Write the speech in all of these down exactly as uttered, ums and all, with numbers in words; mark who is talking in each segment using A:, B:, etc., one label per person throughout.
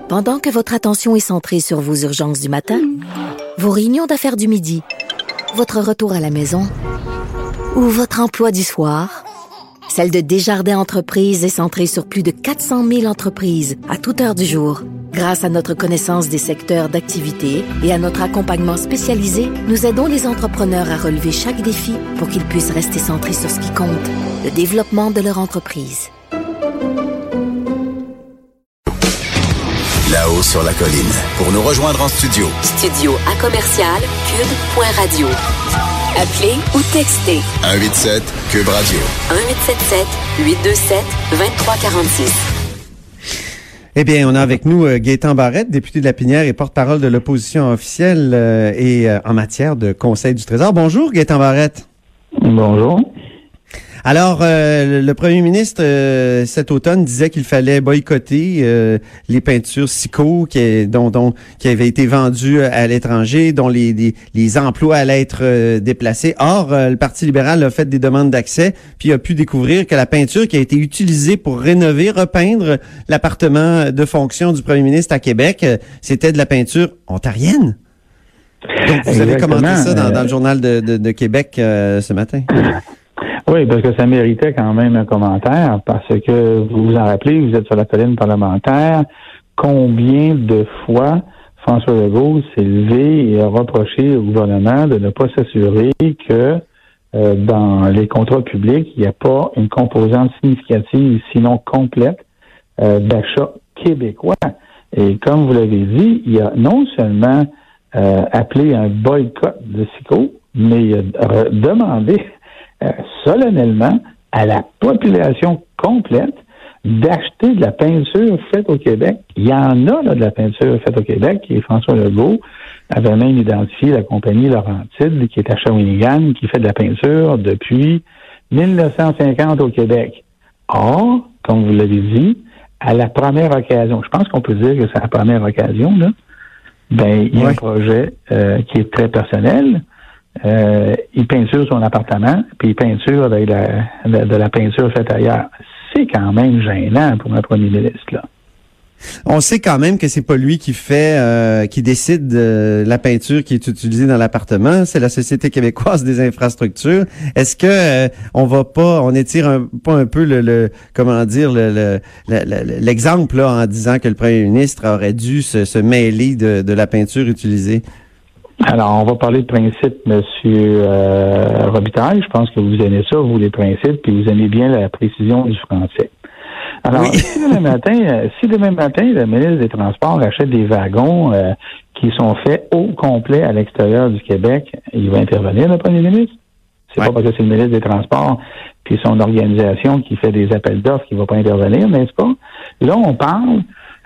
A: Pendant que votre attention est centrée sur vos urgences du matin, vos réunions d'affaires du midi, votre retour à la maison ou votre emploi du soir, celle de Desjardins Entreprises est centrée sur plus de quatre cent mille entreprises à toute heure du jour. Grâce à notre connaissance des secteurs d'activité et à notre accompagnement spécialisé, nous aidons les entrepreneurs à relever chaque défi pour qu'ils puissent rester centrés sur ce qui compte, le développement de leur entreprise.
B: Là-haut sur la colline. Pour nous rejoindre en studio.
C: Studio à commercial cube point radio. Appelez ou textez.
B: un huit sept Cube Radio.
C: un huit sept sept huit deux sept deux trois quatre six.
D: Eh bien, on a avec nous euh, Gaétan Barrette, député de la Pinière et porte-parole de l'opposition officielle euh, et euh, en matière de Conseil du Trésor. Bonjour, Gaétan Barrette.
E: Bonjour.
D: Alors, euh, le premier ministre, euh, cet automne, disait qu'il fallait boycotter euh, les peintures Sico qui, dont, dont, qui avaient été vendues à l'étranger, dont les, les, les emplois allaient être euh, déplacés. Or, euh, le Parti libéral a fait des demandes d'accès, puis a pu découvrir que la peinture qui a été utilisée pour rénover, repeindre l'appartement de fonction du premier ministre à Québec, euh, c'était de la peinture ontarienne. Donc, vous avez
E: Exactement.
D: commenté ça dans, dans le journal de, de, de Québec euh, ce matin.
E: Oui, parce que ça méritait quand même un commentaire, parce que vous vous en rappelez, vous êtes sur la colline parlementaire, combien de fois François Legault s'est levé et a reproché au gouvernement de ne pas s'assurer que euh, dans les contrats publics, il n'y a pas une composante significative, sinon complète, euh, d'achat québécois. Et comme vous l'avez dit, il a non seulement euh, appelé un boycott de Sico, mais il a demandé Euh, solennellement à la population complète d'acheter de la peinture faite au Québec. Il y en a là, de la peinture faite au Québec, et François Legault avait même identifié la compagnie Laurentide, qui est à Shawinigan, qui fait de la peinture depuis dix-neuf cent cinquante au Québec. Or, comme vous l'avez dit, à la première occasion, je pense qu'on peut dire que c'est la première occasion, là, ben, il y a
D: ouais.
E: un projet euh, qui est très personnel. Euh, il peinture son appartement, puis il peinture avec la, de, de la peinture faite ailleurs. C'est quand même gênant pour un premier ministre, là.
D: On sait quand même que c'est pas lui qui fait, euh, qui décide de la peinture qui est utilisée dans l'appartement. C'est la Société québécoise des infrastructures. Est-ce que euh, on va pas, on étire un, pas un peu le, le comment dire, le, le, le, l'exemple là en disant que le premier ministre aurait dû se, se mêler de, de la peinture utilisée?
E: Alors, on va parler de principe, M. Euh, Robitaille. Je pense que vous aimez ça, vous, les principes, puis vous aimez bien la précision du français. Alors, oui. si demain matin, euh, si demain matin, le ministre des Transports achète des wagons euh, qui sont faits au complet à l'extérieur du Québec, il va intervenir, le premier ministre? C'est ouais. pas parce que c'est le ministre des Transports puis son organisation qui fait des appels d'offres qu'il va pas intervenir, n'est-ce pas? Là, on parle,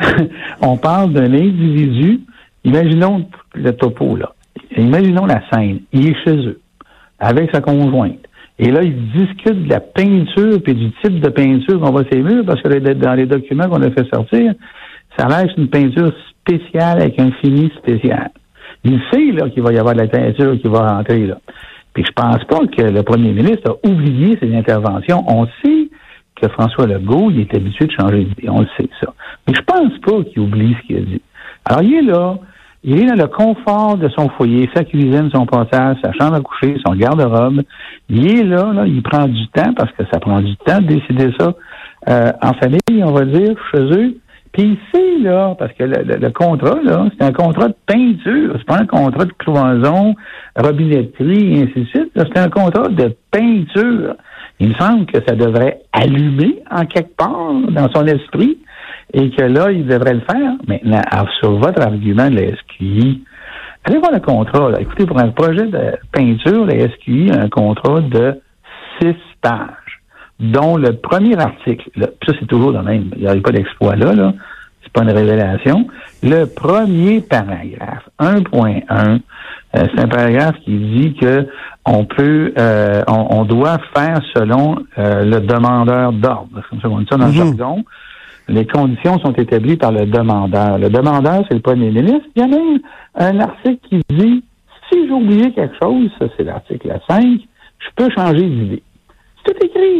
E: on parle d'un individu. Imaginons le topo, là. Imaginons la scène. Il est chez eux, avec sa conjointe. Et là, ils discutent de la peinture puis du type de peinture qu'on va sur les murs, parce que dans les documents qu'on a fait sortir, ça a l'air que c'est une peinture spéciale avec un fini spécial. Il sait, là, qu'il va y avoir de la peinture qui va rentrer, là. Puis je pense pas que le premier ministre a oublié ses interventions. On sait que François Legault, il est habitué de changer d'idée. On le sait, ça. Mais je pense pas qu'il oublie ce qu'il a dit. Alors, il est là. Il est dans le confort de son foyer, sa cuisine, son passage, sa chambre à coucher, son garde-robe. Il est là, là, il prend du temps, parce que ça prend du temps de décider ça euh, en famille, on va dire, chez eux. Puis il sait, là, parce que le, le, le contrat, là, c'est un contrat de peinture. C'est pas un contrat de cloison, robinetterie, et ainsi de suite. Là, c'est un contrat de peinture. Il me semble que ça devrait allumer en quelque part dans son esprit. Et que là, il devrait le faire. Maintenant, sur votre argument de la S Q I, allez voir le contrat. Là. Écoutez, pour un projet de peinture, la S Q I a un contrat de six pages, dont le premier article, là, ça c'est toujours le même, il n'y a pas d'exploit là, là, c'est pas une révélation. Le premier paragraphe, un point un, euh, c'est un paragraphe qui dit que on peut, euh, on, on doit faire selon euh, le demandeur d'ordre. C'est comme ça qu'on dit ça dans mm-hmm. le jargon. Les conditions sont établies par le demandeur. Le demandeur, c'est le premier ministre. Il y a même un article qui dit, si j'ai oublié quelque chose, ça c'est l'article cinq, je peux changer d'idée. C'est tout écrit.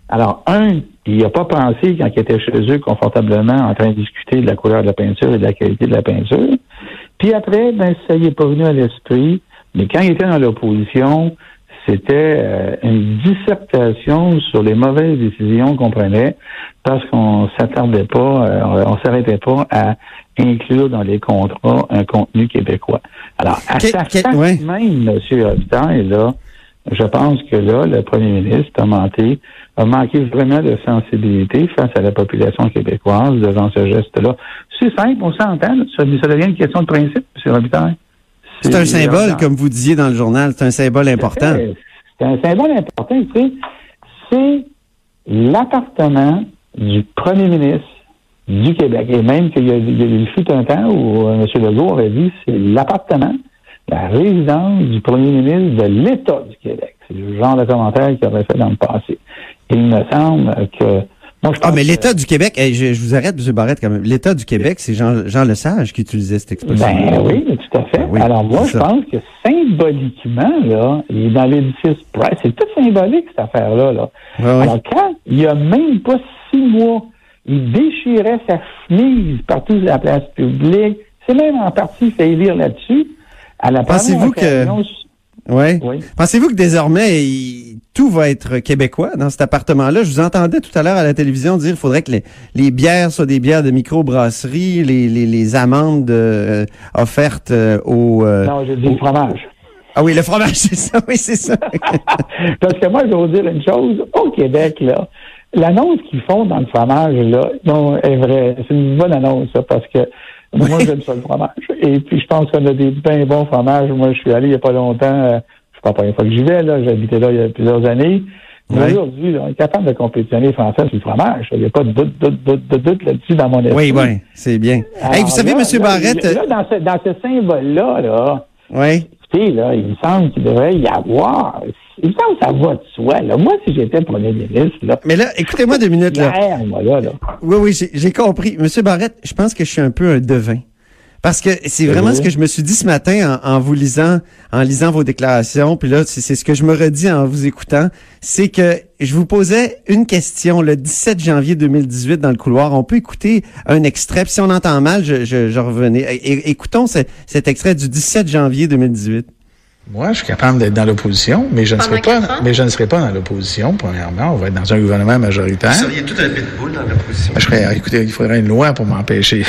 E: Alors, un, il n'a pas pensé quand il était chez eux confortablement en train de discuter de la couleur de la peinture et de la qualité de la peinture. Puis après, ben ça y est pas venu à l'esprit. Mais quand il était dans l'opposition, c'était euh, une dissertation sur les mauvaises décisions qu'on prenait parce qu'on s'attardait pas, euh, on s'arrêtait pas à inclure dans les contrats un contenu québécois. Alors, à sa face ouais. même, M. Robitaille, là, je pense que là, le premier ministre a manqué, a manqué vraiment de sensibilité face à la population québécoise devant ce geste-là. C'est simple, on s'entend, ça, ça devient une question de principe, M. Robitaille.
D: C'est, c'est un symbole, comme vous disiez dans le journal, c'est un symbole important.
E: C'est, c'est un symbole important, tu sais, c'est l'appartement du premier ministre du Québec. Et même qu'il y a, il y a fut un temps où euh, M. Legault avait dit c'est l'appartement, la résidence du premier ministre de l'État du Québec. C'est le genre de commentaire qu'il aurait fait dans le passé. Et il me semble que... Moi, je
D: ah, mais
E: que,
D: l'État du Québec, hey, je, je vous arrête, M. Barrette, quand même. L'État du Québec, c'est Jean, Jean Lesage qui utilisait cette expression.
E: Ben oui, tout à fait. Oui, alors moi, je ça. pense que symboliquement, là, il est dans l'édifice Price. C'est tout symbolique, cette affaire-là. Là.
D: Ouais,
E: alors
D: ouais.
E: quand il n'y a même pas six mois, il déchirait sa chemise partout sur la place publique, c'est même en partie fait élire là-dessus. À la
D: Pensez-vous que... Ouais. Oui. Pensez-vous que désormais, il... tout va être québécois dans cet appartement-là? Je vous entendais tout à l'heure à la télévision dire qu'il faudrait que les, les bières soient des bières de microbrasserie, les, les, les amandes euh, offertes euh, au... Euh,
E: non, j'ai dit au... le fromage.
D: Ah oui, le fromage, c'est ça, oui, c'est ça.
E: Parce que moi, je vais vous dire une chose. Au Québec, là, l'annonce qu'ils font dans le fromage, là, non, est vraie. C'est une bonne annonce, ça, parce que moi, oui. j'aime ça, le fromage. Et puis, je pense qu'on a des bien bons fromages. Moi, je suis allé il n'y a pas longtemps. Euh, c'est pas la première fois que j'y vais, là. J'habitais là il y a plusieurs années. Mais oui. aujourd'hui, là, on est capable de compétitionner français sur le fromage. Il n'y a pas de doute, doute, doute, doute, doute là-dessus dans mon esprit.
D: Oui, oui, c'est bien. Alors, hey, vous savez,
E: là,
D: M. Barrette...
E: Là, dans ce, dans ce symbole-là, là...
D: Oui.
E: Écoutez, là, il me semble qu'il devrait y avoir... Il me semble que ça va de soi, là. Moi, si j'étais premier ministre, là...
D: Mais là, écoutez-moi deux minutes, là.
E: L'air, moi, là, là.
D: Oui, oui, j'ai, j'ai compris. Monsieur Barrette, je pense que je suis un peu un devin. Parce que c'est vraiment oui. ce que je me suis dit ce matin en, en vous lisant, en lisant vos déclarations. Puis là, c'est, c'est ce que je me redis en vous écoutant. C'est que je vous posais une question le dix-sept janvier deux mille dix-huit dans le couloir. On peut écouter un extrait. Puis si on entend mal, je, je, je revenais. É- écoutons ce, cet extrait du dix-sept janvier deux mille dix-huit.
F: Moi, je suis capable d'être dans l'opposition, mais je ne serai pas, mais je ne serai pas dans l'opposition. Premièrement, on va être dans un gouvernement majoritaire.
G: Vous seriez tout un pitbull dans l'opposition.
F: Je ferais, écoutez, il faudrait une loi pour m'empêcher.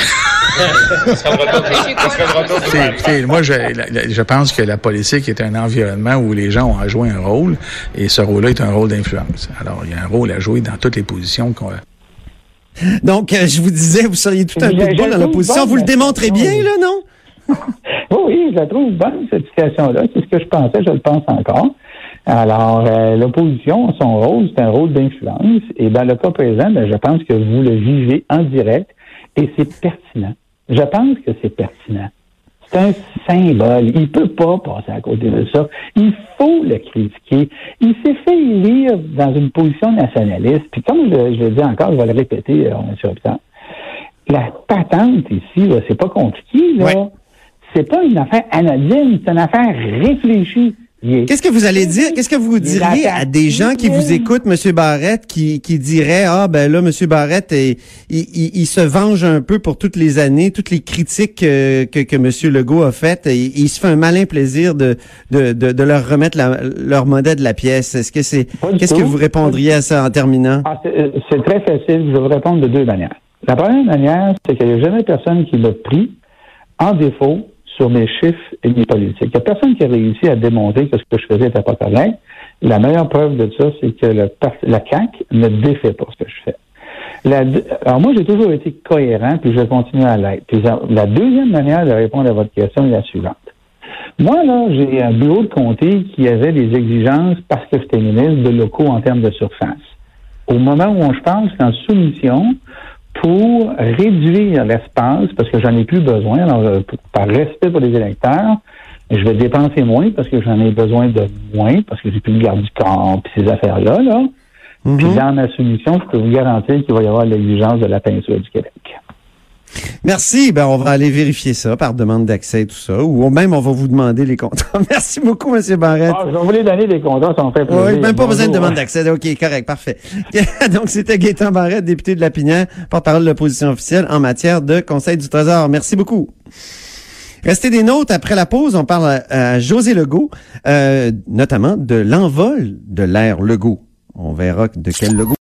F: Écoutez, moi, je, je pense que la politique est un environnement où les gens ont à jouer un rôle, et ce rôle-là est un rôle d'influence. Alors, il y a un rôle à jouer dans toutes les positions qu'on a.
D: Donc, euh, je vous disais, vous seriez tout un pitbull dans l'opposition. Vous le démontrez bien, là, non?
E: Oui, oui, je la trouve bonne, cette situation-là. C'est ce que je pensais, je le pense encore. Alors, euh, l'opposition, son rôle, c'est un rôle d'influence. Et dans le cas présent, ben, je pense que vous le vivez en direct et c'est pertinent. Je pense que c'est pertinent. C'est un symbole. Il peut pas passer à côté de ça. Il faut le critiquer. Il s'est fait élire dans une position nationaliste. Puis comme je, je le dis encore, je vais le répéter, euh, M. Robitaille, la patente ici, là, c'est pas compliqué, là. Ouais. C'est pas une affaire anodine, c'est une affaire réfléchie.
D: Qu'est-ce que vous allez dire? Qu'est-ce que vous diriez à des gens qui vous écoutent, M. Barrette, qui, qui diraient, ah, ben là, M. Barrette, il, il, il se venge un peu pour toutes les années, toutes les critiques que, que, que M. Legault a faites, et il se fait un malin plaisir de, de, de, de leur remettre la, leur monnaie de la pièce. Est-ce que c'est, qu'est-ce tout. que vous répondriez à ça en terminant?
E: Ah, c'est, c'est très facile. Je vais vous répondre de deux manières. La première manière, c'est qu'il n'y a jamais personne qui l'a pris en défaut sur mes chiffres et mes politiques. Il n'y a personne qui a réussi à démontrer que ce que je faisais n'était pas correct. La meilleure preuve de ça, c'est que le, la C A Q ne défait pas ce que je fais. La, alors moi, j'ai toujours été cohérent, puis je vais continuer à l'être. Puis la deuxième manière de répondre à votre question est la suivante. Moi, là, j'ai un bureau de comté qui avait des exigences, parce que j'étais ministre, de locaux en termes de surface. Au moment où on, je pense qu'en soumission, pour réduire l'espace, parce que j'en ai plus besoin, alors pour, par respect pour les électeurs, je vais dépenser moins parce que j'en ai besoin de moins, parce que j'ai plus le garde du corps, puis ces affaires-là, là. Mm-hmm. Puis dans ma soumission, je peux vous garantir qu'il va y avoir l'exigence de la peinture du Québec.
D: Merci. Ben, on va aller vérifier ça par demande d'accès et tout ça. Ou même, on va vous demander les contrats. Merci beaucoup, M. Barrette.
E: Ah, je vais vous les donner, les contrats, ça me fait plaisir.
D: Oui, même pas
E: Bonjour.
D: besoin de demande d'accès. OK, correct, parfait. Donc, c'était Gaétan Barrette, député de Lapinière, porte-parole de l'opposition officielle en matière de Conseil du Trésor. Merci beaucoup. Restez des nôtres. Après la pause, on parle à, à José Legault, euh, notamment de l'envol de l'ère Legault. On verra de quel Legault.